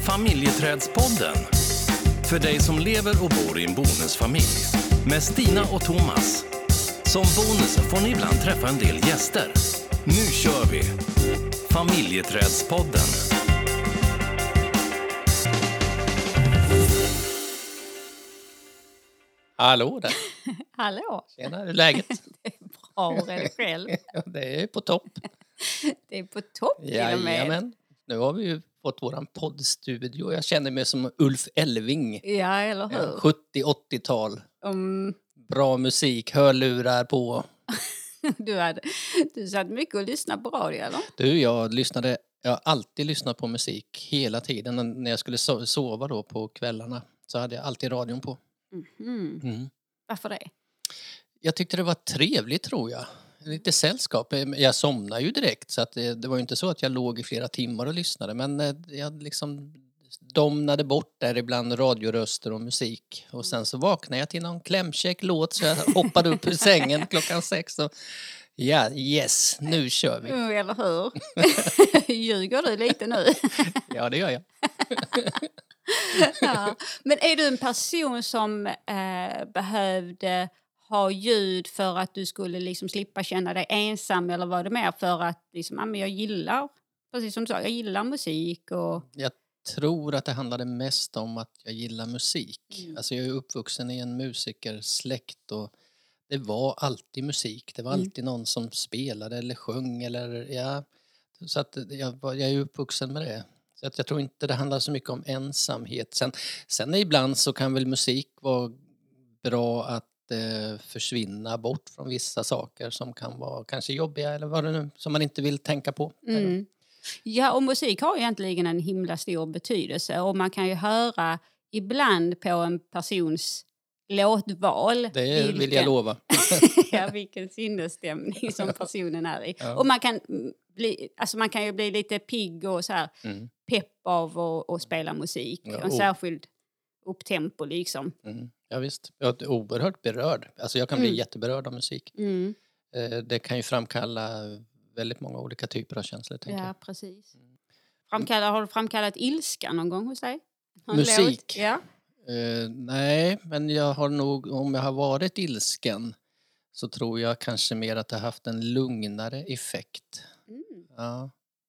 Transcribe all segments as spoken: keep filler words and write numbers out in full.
Familjeträdspodden. För dig som lever och bor i en bonusfamilj. Med Stina och Thomas. Som bonus får ni ibland träffa en del gäster. Nu kör vi! Familjeträdspodden. Hallå där. Hallå. Tjena, hur är läget? Det är bra, och är det själv? Ja, det är på topp. Det är på topp till och med. Jajamän. Nu har vi ju fått våran poddstudio. Jag känner mig som Ulf Elving. Ja, eller hur? sjuttio-åttiotal. Um, Bra musik, hörlurar på. du, hade, du satt mycket och lyssnade på radio, eller? Du, jag lyssnade, jag har alltid lyssnat på musik hela tiden. När jag skulle so- sova då på kvällarna så hade jag alltid radion på. Mm. Mm. Varför det? Jag tyckte det var trevligt, tror jag. Lite sällskap. Jag somnade ju direkt, så att det, det var ju inte så att jag låg i flera timmar och lyssnade. Men jag liksom domnade bort där ibland radioröster och musik. Och sen så vaknade jag till någon klämkäck låt, så jag hoppade upp ur sängen klockan sex. Och ja, yes, nu kör vi. Mm, eller hur? Ljuger du lite nu? Ja, det gör jag. Ja. Men är du en person som eh, behövde ha ljud för att du skulle liksom slippa känna dig ensam, eller var det mer för att liksom, ja, men jag gillar, precis som du sa, jag gillar musik och... Jag tror att det handlade mest om att jag gillar musik. Mm. Alltså jag är uppvuxen i en musikersläkt och det var alltid musik. Det var Mm. alltid någon som spelade eller sjöng eller ja, så att jag, jag är uppvuxen med det. Så att jag tror inte det handlar så mycket om ensamhet. Sen, sen ibland så kan väl musik vara bra att eh, försvinna bort från vissa saker som kan vara kanske jobbiga eller vad det nu som man inte vill tänka på. Mm. Ja, och musik har egentligen en himla stor betydelse och man kan ju höra ibland på en persons låtval. Det vilken, vill jag lova. ja, vilken sinnesstämning som personen är i. Ja. Och man kan, bli, alltså man kan ju bli lite pigg och så här Mm. pepp av och, och spela musik. Ja, en och- särskild upptempo liksom. Mm. Ja visst, jag är oerhört berörd. Alltså jag kan bli Mm. jätteberörd av musik. Mm. Eh, Det kan ju framkalla väldigt många olika typer av känslor, tänker Ja, jag. precis. Framkallar, har du framkallat ilska någon gång hos dig? Någon Musik? låt? Ja. Eh, nej, men jag har nog, om jag har varit ilsken så tror jag kanske mer att det har haft en lugnare effekt. Mm. Ja,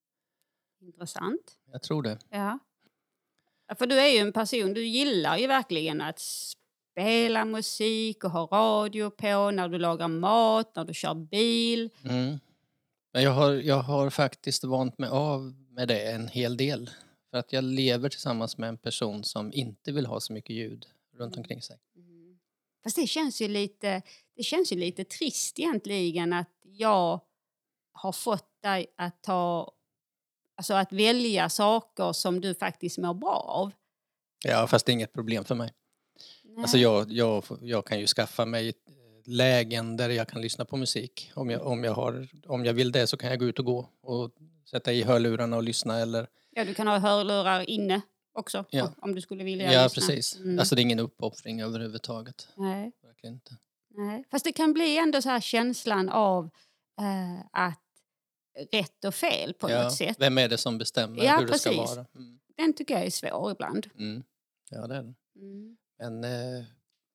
Intressant. jag tror det. Ja. Ja, för du är ju en person, du gillar ju verkligen att spela musik och ha radio på när du lagar mat, när du kör bil. Mm. Men jag har, jag har faktiskt vant mig av med det en hel del. För att jag lever tillsammans med en person som inte vill ha så mycket ljud runt omkring sig. Mm. Fast det känns ju lite, det känns ju lite trist egentligen att jag har fått dig att ta, alltså att välja saker som du faktiskt mår bra av. Ja, fast det är inget problem för mig. Nej. Alltså jag, jag, jag kan ju skaffa mig lägen där jag kan lyssna på musik. Om jag, om jag, har, om jag vill det så kan jag gå ut och gå och sätta i hörlurarna och lyssna. Eller... Ja, du kan ha hörlurar inne också Ja. om du skulle vilja Ja, lyssna. precis. Mm. Alltså det är ingen uppoffring överhuvudtaget. Nej. Verkligen inte. Nej, fast det kan bli ändå så här känslan av eh, att rätt och fel på Ja, något sätt. vem är det som bestämmer Ja, hur det ska precis. vara? Mm. Den tycker jag är svår ibland. Mm. Ja, det är det. Mm. Men eh,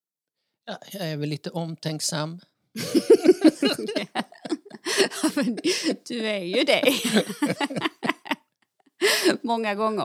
ja, jag är väl lite omtänksam. Ja, men du är ju det. Många gånger.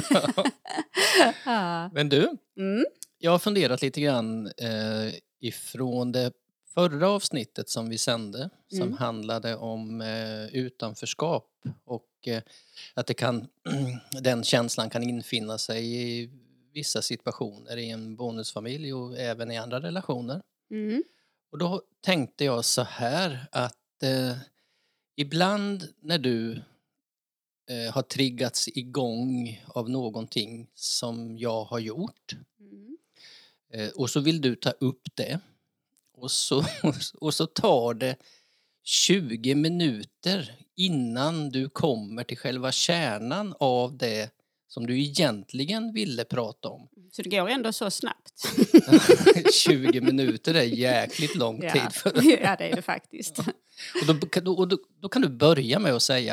Ja. Men du, Mm. jag har funderat lite grann eh, ifrån det förra avsnittet som vi sände. Som Mm. handlade om eh, utanförskap. Och eh, att det kan, den känslan kan infinna sig i vissa situationer i en bonusfamilj och även i andra relationer. Mm. Och då tänkte jag så här att eh, ibland när du eh, har triggats igång av någonting som jag har gjort Mm. eh, och så vill du ta upp det och så, och så tar det tjugo minuter innan du kommer till själva kärnan av det som du egentligen ville prata om. Så det går ändå så snabbt. tjugo minuter är jäkligt lång tid. Ja. För Ja, det är det faktiskt. Och då, då, då, då kan du börja med att säga,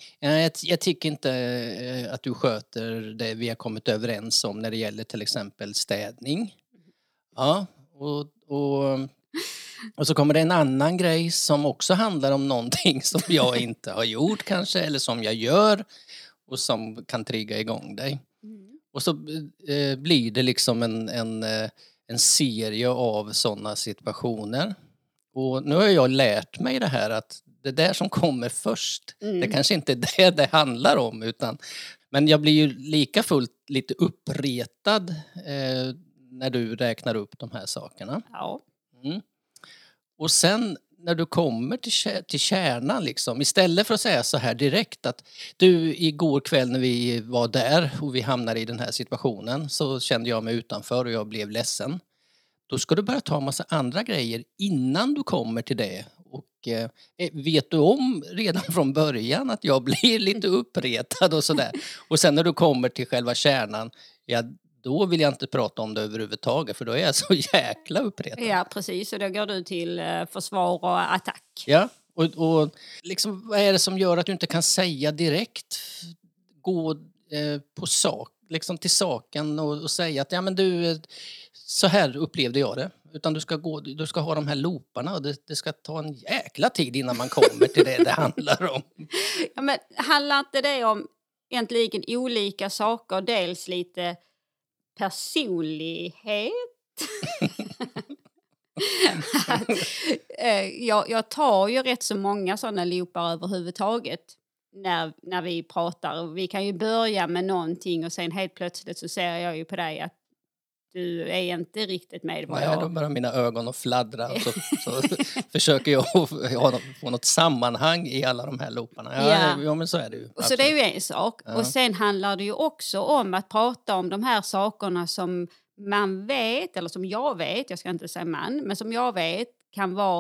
Jag, jag tycker inte eh, att du sköter det vi har kommit överens om när det gäller till exempel städning. Ja, och, och, och så kommer det en annan grej som också handlar om någonting som jag inte har gjort kanske, eller som jag gör och som kan trigga igång dig. Mm. Och så eh, blir det liksom en, en, eh, en serie av sådana situationer. Och nu har jag lärt mig det här att det där som kommer först, Mm. det kanske inte är det det handlar om. Utan, men jag blir ju lika fullt lite uppretad eh, när du räknar upp de här sakerna. Ja. Mm. Och sen när du kommer till, kä- till kärnan liksom, istället för att säga så här direkt att du, igår kväll när vi var där och vi hamnade i den här situationen så kände jag mig utanför och jag blev ledsen. Då ska du börja ta en massa andra grejer innan du kommer till det. Och eh, vet du om redan från början att jag blir lite uppretad och sådär. Och sen när du kommer till själva kärnan, ja då vill jag inte prata om det överhuvudtaget för då är jag så jäkla uppretad. Ja, precis. Och då går du till eh, försvar och attack. Ja, och, och liksom, vad är det som gör att du inte kan säga direkt, gå eh, på sak, liksom till saken och, och säga att ja men du, eh, så här upplevde jag det. Utan du ska, gå, du ska ha de här looparna och det, det ska ta en jäkla tid innan man kommer till det det handlar om. Ja, men handlar inte det om egentligen olika saker? Dels lite personlighet. att, eh, jag, jag tar ju rätt så många sådana loopar överhuvudtaget när, när vi pratar. Vi kan ju börja med någonting och sen helt plötsligt så ser jag ju på dig att du är inte riktigt med vad Nej, jag... då börjar mina ögon att fladdra och så, så försöker jag få något sammanhang i alla de här looparna. Ja, Ja. ja men så är det ju. Så det är ju en sak. Ja. Och sen handlar det ju också om att prata om de här sakerna som man vet, eller som jag vet, jag ska inte säga man, men som jag vet kan vara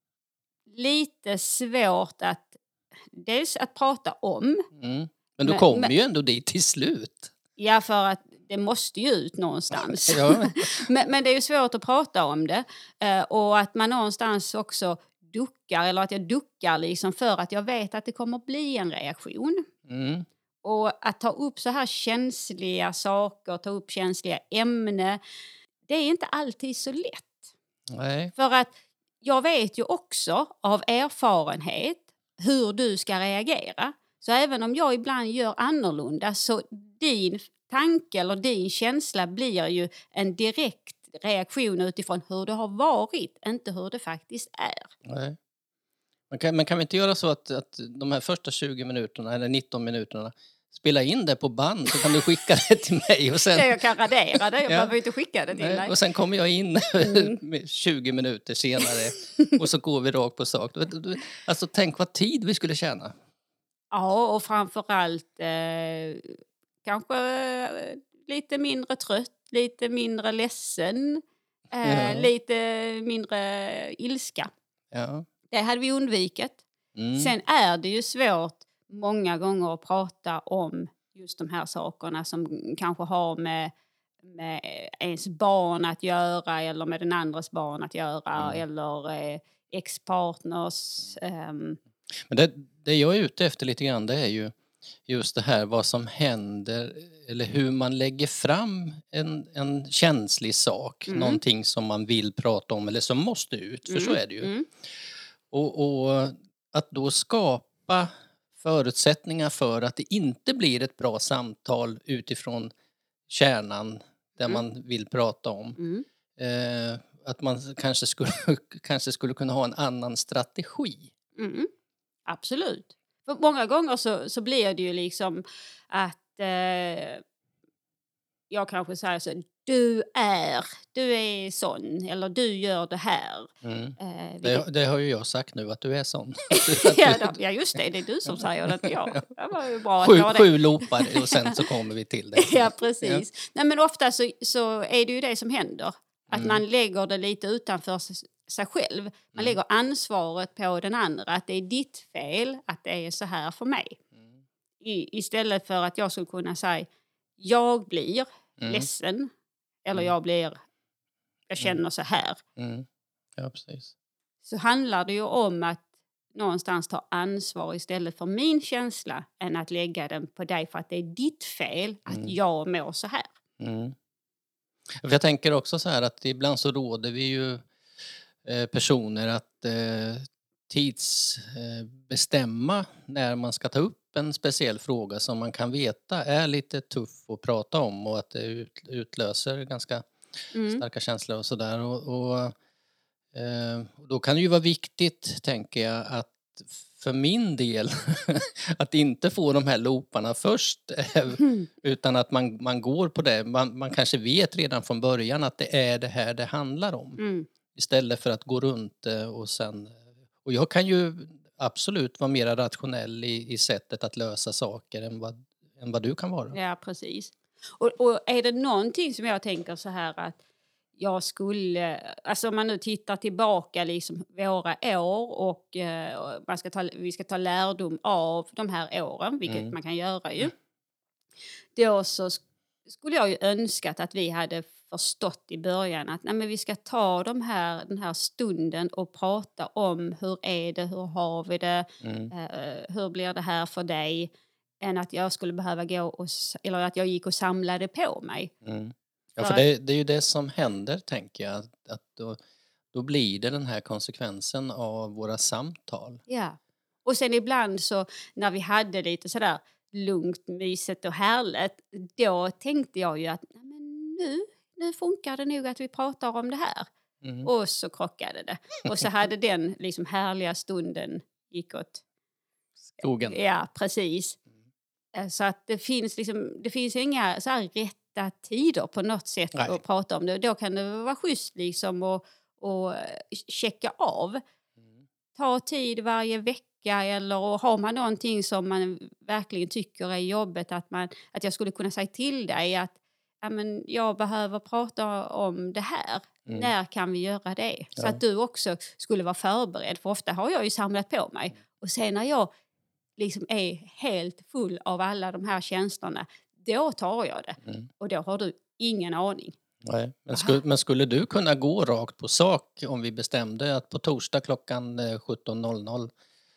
lite svårt att dels att prata om. Mm. Men du Men- kommer men- ju ändå dit till slut. Ja, för att det måste ju ut någonstans. Ja. men, men det är ju svårt att prata om det. Eh, och att man någonstans också duckar, eller att jag duckar liksom för att jag vet att det kommer bli en reaktion. Mm. Och att ta upp så här känsliga saker, ta upp känsliga ämnen, det är inte alltid så lätt. Nej. För att jag vet ju också av erfarenhet hur du ska reagera. Så även om jag ibland gör annorlunda så din tanke eller din känsla blir ju en direkt reaktion utifrån hur det har varit, inte hur det faktiskt är. Nej. Man kan, man kan vi inte göra så att, att de här första tjugo minuterna eller nitton minuterna spela in det på band så kan du skicka det till mig och sen, Jag kan radera det, jag Ja. behöver inte skicka det till nej, dig. och sen kommer jag in Mm. med tjugo minuter senare och så går vi rakt på sak. Alltså tänk vad tid vi skulle tjäna. Ja, och framförallt eh, kanske eh, lite mindre trött, lite mindre ledsen, eh, Ja. lite mindre ilska. Ja. Det hade vi undvikit. Mm. Sen är det ju svårt många gånger att prata om just de här sakerna som kanske har med, med ens barn att göra eller med den andras barn att göra Mm. eller eh, ex-partners. ehm, Men det, det jag är ute efter lite grann det är ju just det här vad som händer eller hur man lägger fram en, en känslig sak. Mm. Någonting som man vill prata om eller som måste ut, för så är det ju. Mm. Och, och att då skapa förutsättningar för att det inte blir ett bra samtal utifrån kärnan där Mm. man vill prata om. Mm. Eh, att man kanske skulle, kanske skulle kunna ha en annan strategi. Mm. Absolut. För många gånger så, så blir det ju liksom att eh, jag kanske säger så, du är, du är sån, eller du gör det här. Mm. Eh, vilket- Det, det har ju jag sagt nu att du är sån. ja, då, ja, just det, det är du som säger det, inte jag. Det var ju bra att Sju, jag det. sju loopar och sen så kommer vi till det. Ja, precis. Nej, men ofta så, så är det ju det som händer. Att Mm. man lägger det lite utanför sig, sig själv. Man Mm. lägger ansvaret på den andra. Att det är ditt fel att det är så här för mig. Mm. I, istället för att jag skulle kunna säga jag blir Mm. ledsen. Eller Mm. jag blir, jag känner så här. Mm. Ja, precis. Så handlar det ju om att någonstans ta ansvar istället för min känsla än att lägga den på dig för att det är ditt fel att Mm. jag mår så här. Mm. För jag tänker också så här att ibland så råder vi ju eh, personer att eh, tidsbestämma eh, när man ska ta upp en speciell fråga som man kan veta är lite tuff att prata om och att det ut, utlöser ganska Mm. starka känslor och sådär. Och, och, eh, då kan det ju vara viktigt, tänker jag, att för min del att inte få de här looparna först Mm. utan att man, man går på det. Man, man kanske vet redan från början att det är det här det handlar om. Mm. Istället för att gå runt det och sen... Och jag kan ju absolut vara mer rationell i, i sättet att lösa saker än vad, än vad du kan vara. Ja, precis. Och, och är det någonting som jag tänker så här att jag skulle, alltså om man nu tittar tillbaka liksom våra år och eh, man ska ta, vi ska ta lärdom av de här åren, vilket Mm. man kan göra ju. Då så sk- skulle jag ju önskat att vi hade förstått i början att nej, men vi ska ta de här, den här stunden och prata om hur är det, hur har vi det, Mm. eh, hur blir det här för dig, än att jag skulle behöva gå och, s- eller att jag gick och samlade på mig. Mm. Ja, För för det, det är ju det som händer, tänker jag. Att, att då, då blir det den här konsekvensen av våra samtal. Ja. Och sen ibland så när vi hade lite sådär lugnt, mysigt och härligt, då tänkte jag ju att nej, men nu, nu funkar det nog att vi pratar om det här. Mm. Och så krockade det. Och så hade den liksom härliga stunden gick åt. Skogen. Ja, precis. Eh, Så att det finns liksom, det finns inga så här rätta tider på något sätt Nej. att prata om det. Då kan det vara schysst liksom och, och checka av. Mm. Ta tid varje vecka eller och har man någonting som man verkligen tycker är jobbigt att, man, att jag skulle kunna säga till dig att ja, men jag behöver prata om det här. Mm. När kan vi göra det? Så Ja. att du också skulle vara förberedd. För ofta har jag ju samlat på mig. Och sen när jag liksom är helt full av alla de här känslorna, då tar jag det. Mm. Och då har du ingen aning. Nej. Men, skulle, men skulle du kunna gå rakt på sak om vi bestämde att på torsdag klockan eh, sjutton noll noll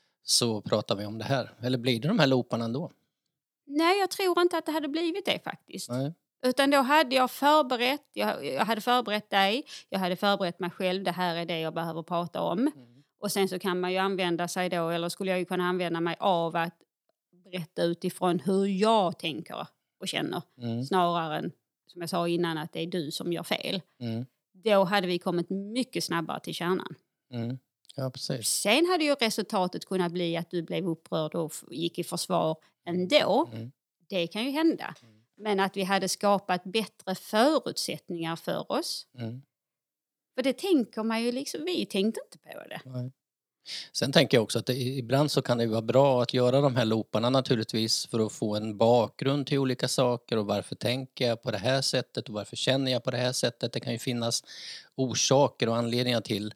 så pratar vi om det här? Eller blir det de här looparna ändå? Nej, jag tror inte att det hade blivit det faktiskt. Nej. Utan då hade jag förberett, jag, jag hade förberett dig, jag hade förberett mig själv, det här är det jag behöver prata om. Mm. Och sen så kan man ju använda sig då, eller skulle jag ju kunna använda mig av att berätta utifrån hur jag tänker och känner. Mm. Snarare än, som jag sa innan, att det är du som gör fel. Mm. Då hade vi kommit mycket snabbare till kärnan. Mm. Ja, precis. Sen hade ju resultatet kunnat bli att du blev upprörd och f- gick i försvar ändå. Mm. Det kan ju hända. Men att vi hade skapat bättre förutsättningar för oss. Mm. För det tänker man ju liksom, vi tänkte inte på det. Nej. Sen tänker jag också att det, ibland så kan det vara bra att göra de här looparna naturligtvis för att få en bakgrund till olika saker och varför tänker jag på det här sättet och varför känner jag på det här sättet. Det kan ju finnas orsaker och anledningar till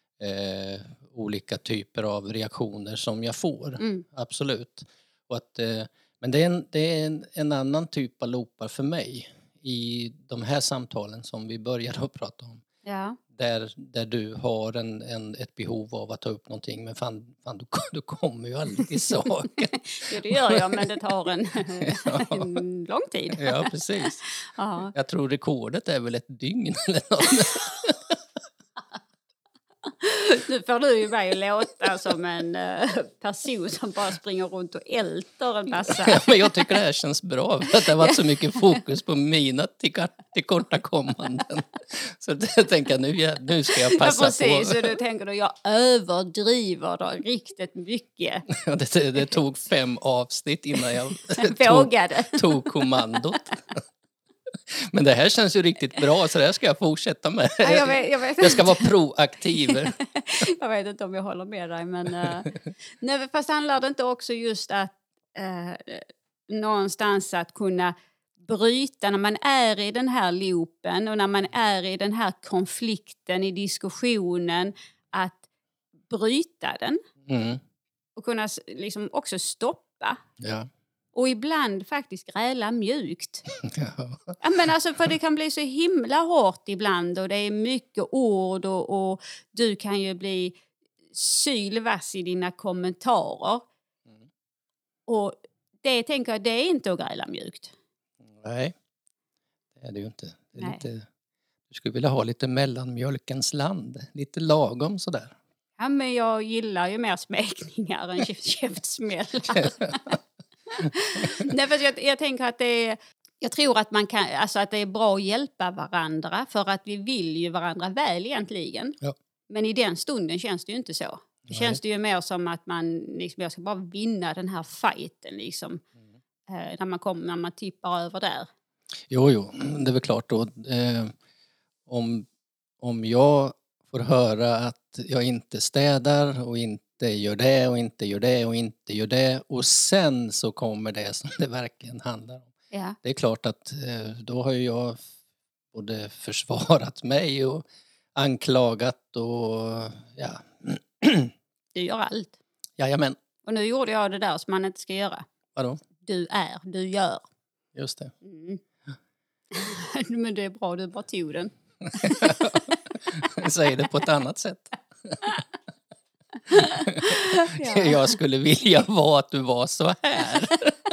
eh, olika typer av reaktioner som jag får. Mm. Absolut. Och att, eh, men det är, en, det är en, en annan typ av loopar för mig i de här samtalen som vi började att prata om. Ja. Där, där du har en, en, ett behov av att ta upp någonting. Men fan, fan du, du kommer ju aldrig till saken. Jo, det gör jag, men det tar en, en lång tid. Ja, precis. Ja. Jag tror rekordet är väl ett dygn eller något. Nu får du ju mig att låta som en uh, person som bara springer runt och älter en massa. Ja, men jag tycker det här känns bra. För att det har varit så mycket fokus på mina tillkortakommanden. Så jag tänker nu, ja, nu ska jag passa Ja, precis, på. så du tänker då, jag överdriver då riktigt mycket. Ja, det, det tog fem avsnitt innan jag Vågade. tog, tog kommandot. Men det här känns ju riktigt bra, så det här ska jag fortsätta med. Ja, jag, vet, jag, vet Jag ska inte. vara proaktiv. Jag vet inte om jag håller med dig, men uh, nej, fast handlar det inte också just att uh, någonstans att kunna bryta när man är i den här loopen och när man är i den här konflikten i diskussionen, att bryta den Mm. och kunna s- liksom också stoppa. Ja. Och ibland faktiskt gräla mjukt. Ja. Ja, men alltså, för det kan bli så himla hårt ibland och det är mycket ord och, och du kan ju bli sylvass i dina kommentarer. Mm. Och det tänker jag, det är inte att gräla mjukt. Nej, det är det ju inte. Det är Nej. lite, du skulle vilja ha lite mellanmjölkens land. Lite lagom sådär. Ja, men jag gillar ju mer smekningar än käftsmällar. Nej, för jag, jag tänker att det är... Jag tror att, man kan, alltså att det är bra att hjälpa varandra för att vi vill ju varandra väl egentligen. Ja. Men i den stunden känns det ju inte så. Det Nej. känns det ju mer som att man liksom, jag ska bara vinna den här fighten liksom. Mm. Eh, när, man kommer, när man tippar över där. Jo, jo, det är väl klart då. Eh, om, om jag får höra att jag inte städar och inte gör det och inte gör det och inte gör det och sen så kommer det som det verkligen handlar om. Ja. Det är klart att eh, då har ju jag både försvarat mig och anklagat och ja. Du gör allt. Jajamän. Och nu gjorde jag det där som man inte ska göra. Vadå? Du är, du gör. Just det. Mm. Men det är bra, du bara tog den. Säg det på ett annat sätt. Ja. Jag skulle vilja vara att du var så här.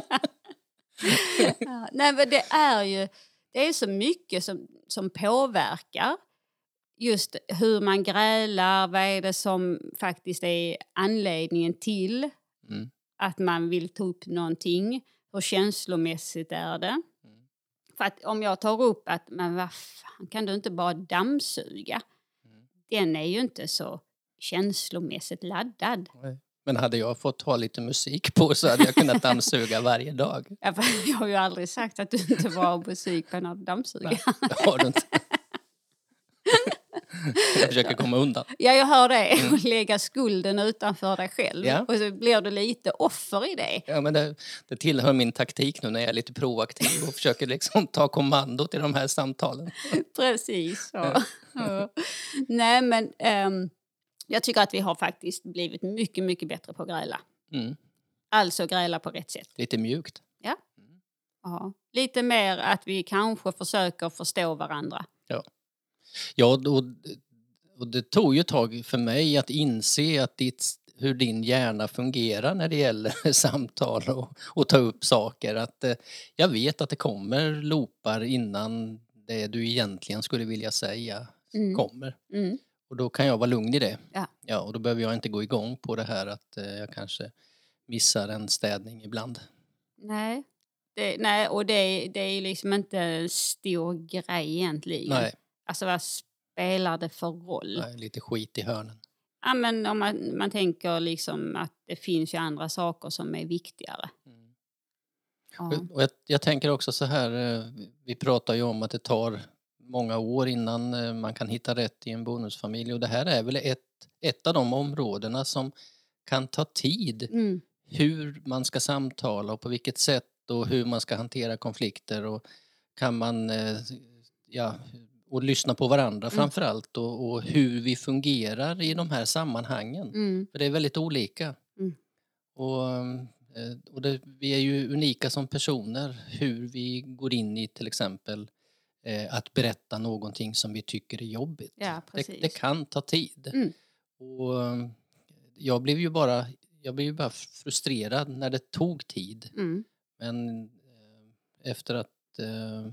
Ja, nej, men det är ju det är så mycket som, som påverkar just hur man grälar, vad är det som faktiskt är anledningen till Mm. att man vill ta upp någonting, hur känslomässigt är det. Mm. För att om jag tar upp att, men vad fan, kan du inte bara dammsuga? Mm. Den är ju inte så känslomässigt laddad. Men hade jag fått ha lite musik på så hade jag kunnat dammsuga varje dag. Ja, för jag har ju aldrig sagt att du inte var musik på när du dammsuger. Nej, det har du inte. Jag försöker komma undan. Ja, jag hör det. Och lägga skulden utanför dig själv. Ja. Och så blir du lite offer i det. Ja, men det, det tillhör min taktik nu när jag är lite proaktiv och försöker liksom ta kommandot i de här samtalen. Precis så. Ja. Nej, men um, jag tycker att vi har faktiskt blivit mycket, mycket bättre på att gräla. Mm. Alltså gräla på rätt sätt. Lite mjukt. Ja. Ja. Lite mer att vi kanske försöker förstå varandra. Ja, ja och, och det tog ju ett tag för mig att inse att ditt, hur din hjärna fungerar när det gäller samtal och, och ta upp saker. Att eh, jag vet att det kommer loopar innan det du egentligen skulle vilja säga Mm. kommer. Mm. Och då kan jag vara lugn i det. Ja. Ja, och då behöver jag inte gå igång på det här att eh, jag kanske missar en städning ibland. Nej. Det, nej, och det, det är ju liksom inte en stor grej egentligen. Nej, Alltså vad spelar det för roll? nej, lite skit i hörnen. Ja, men om man, man tänker liksom att det finns ju andra saker som är viktigare. Mm. Ja. Och jag, jag tänker också så här, eh, vi pratar ju om att det tar många år innan eh, man kan hitta rätt i en bonusfamilj. Och det här är väl ett, ett av de områdena som kan ta tid. Mm. Hur man ska samtala och på vilket sätt och hur man ska hantera konflikter. Och kan man, eh, ja, och lyssna på varandra Mm. framför allt. Och, och hur vi fungerar i de här sammanhangen. Mm. För det är väldigt olika. Mm. Och, eh, och det, vi är ju unika som personer hur vi går in i till exempel eh, att berätta någonting som vi tycker är jobbigt. Ja, det, precis. det kan ta tid. Mm. Och eh, jag blev ju bara, jag blev ju bara frustrerad när det tog tid. Mm. Men eh, efter att eh,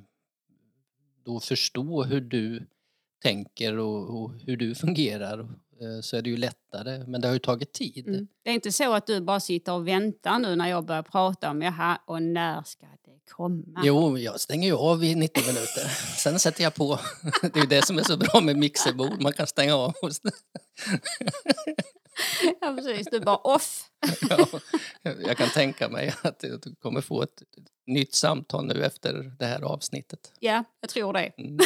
då förstå hur du tänker och, och hur du fungerar eh, så är det ju lättare. Men det har ju tagit tid. Mm. Det är inte så att du bara sitter och väntar nu när jag börjar prata om jaha, och när ska det komma? Jo, jag stänger ju av i nittio minuter. Sen sätter jag på. Det är ju det som är så bra med mixerbord. Man kan stänga av. Ja, precis. Du bara off. Ja, jag kan tänka mig att du kommer få ett nytt samtal nu efter det här avsnittet. Ja, jag tror det. Mm.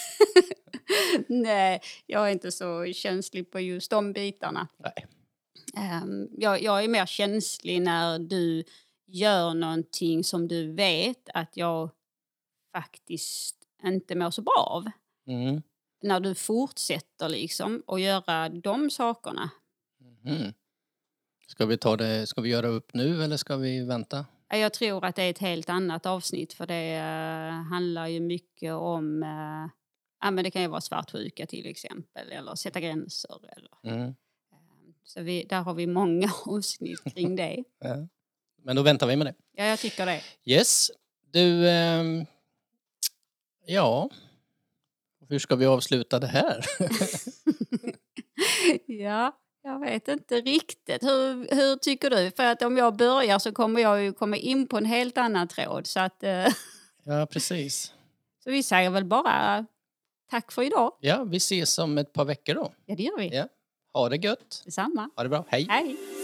Nej, jag är inte så känslig på just de bitarna. Nej. Um, jag, jag är mer känslig när du gör någonting som du vet att jag faktiskt inte mår så bra av. Mm. När du fortsätter liksom att göra de sakerna. Mm. Ska vi ta det, ska vi göra upp nu eller ska vi vänta? Jag tror att det är ett helt annat avsnitt för det uh, handlar ju mycket om, uh, ja, men det kan ju vara svartsjuka till exempel eller sätta gränser eller Mm. uh, Så vi, där har vi många avsnitt kring det. Ja. Men då väntar vi med det. Ja, jag tycker det. Yes. Du, ehm, ja. Hur ska vi avsluta det här? Ja, jag vet inte riktigt. Hur, hur tycker du? För att om jag börjar så kommer jag ju komma in på en helt annan tråd. Så, att, eh, Ja, precis. så vi säger väl bara tack för idag. Ja, vi ses om ett par veckor då. Ja, det gör vi. Ja. Ha det gött. Detsamma. Ha det bra. Hej. Hej.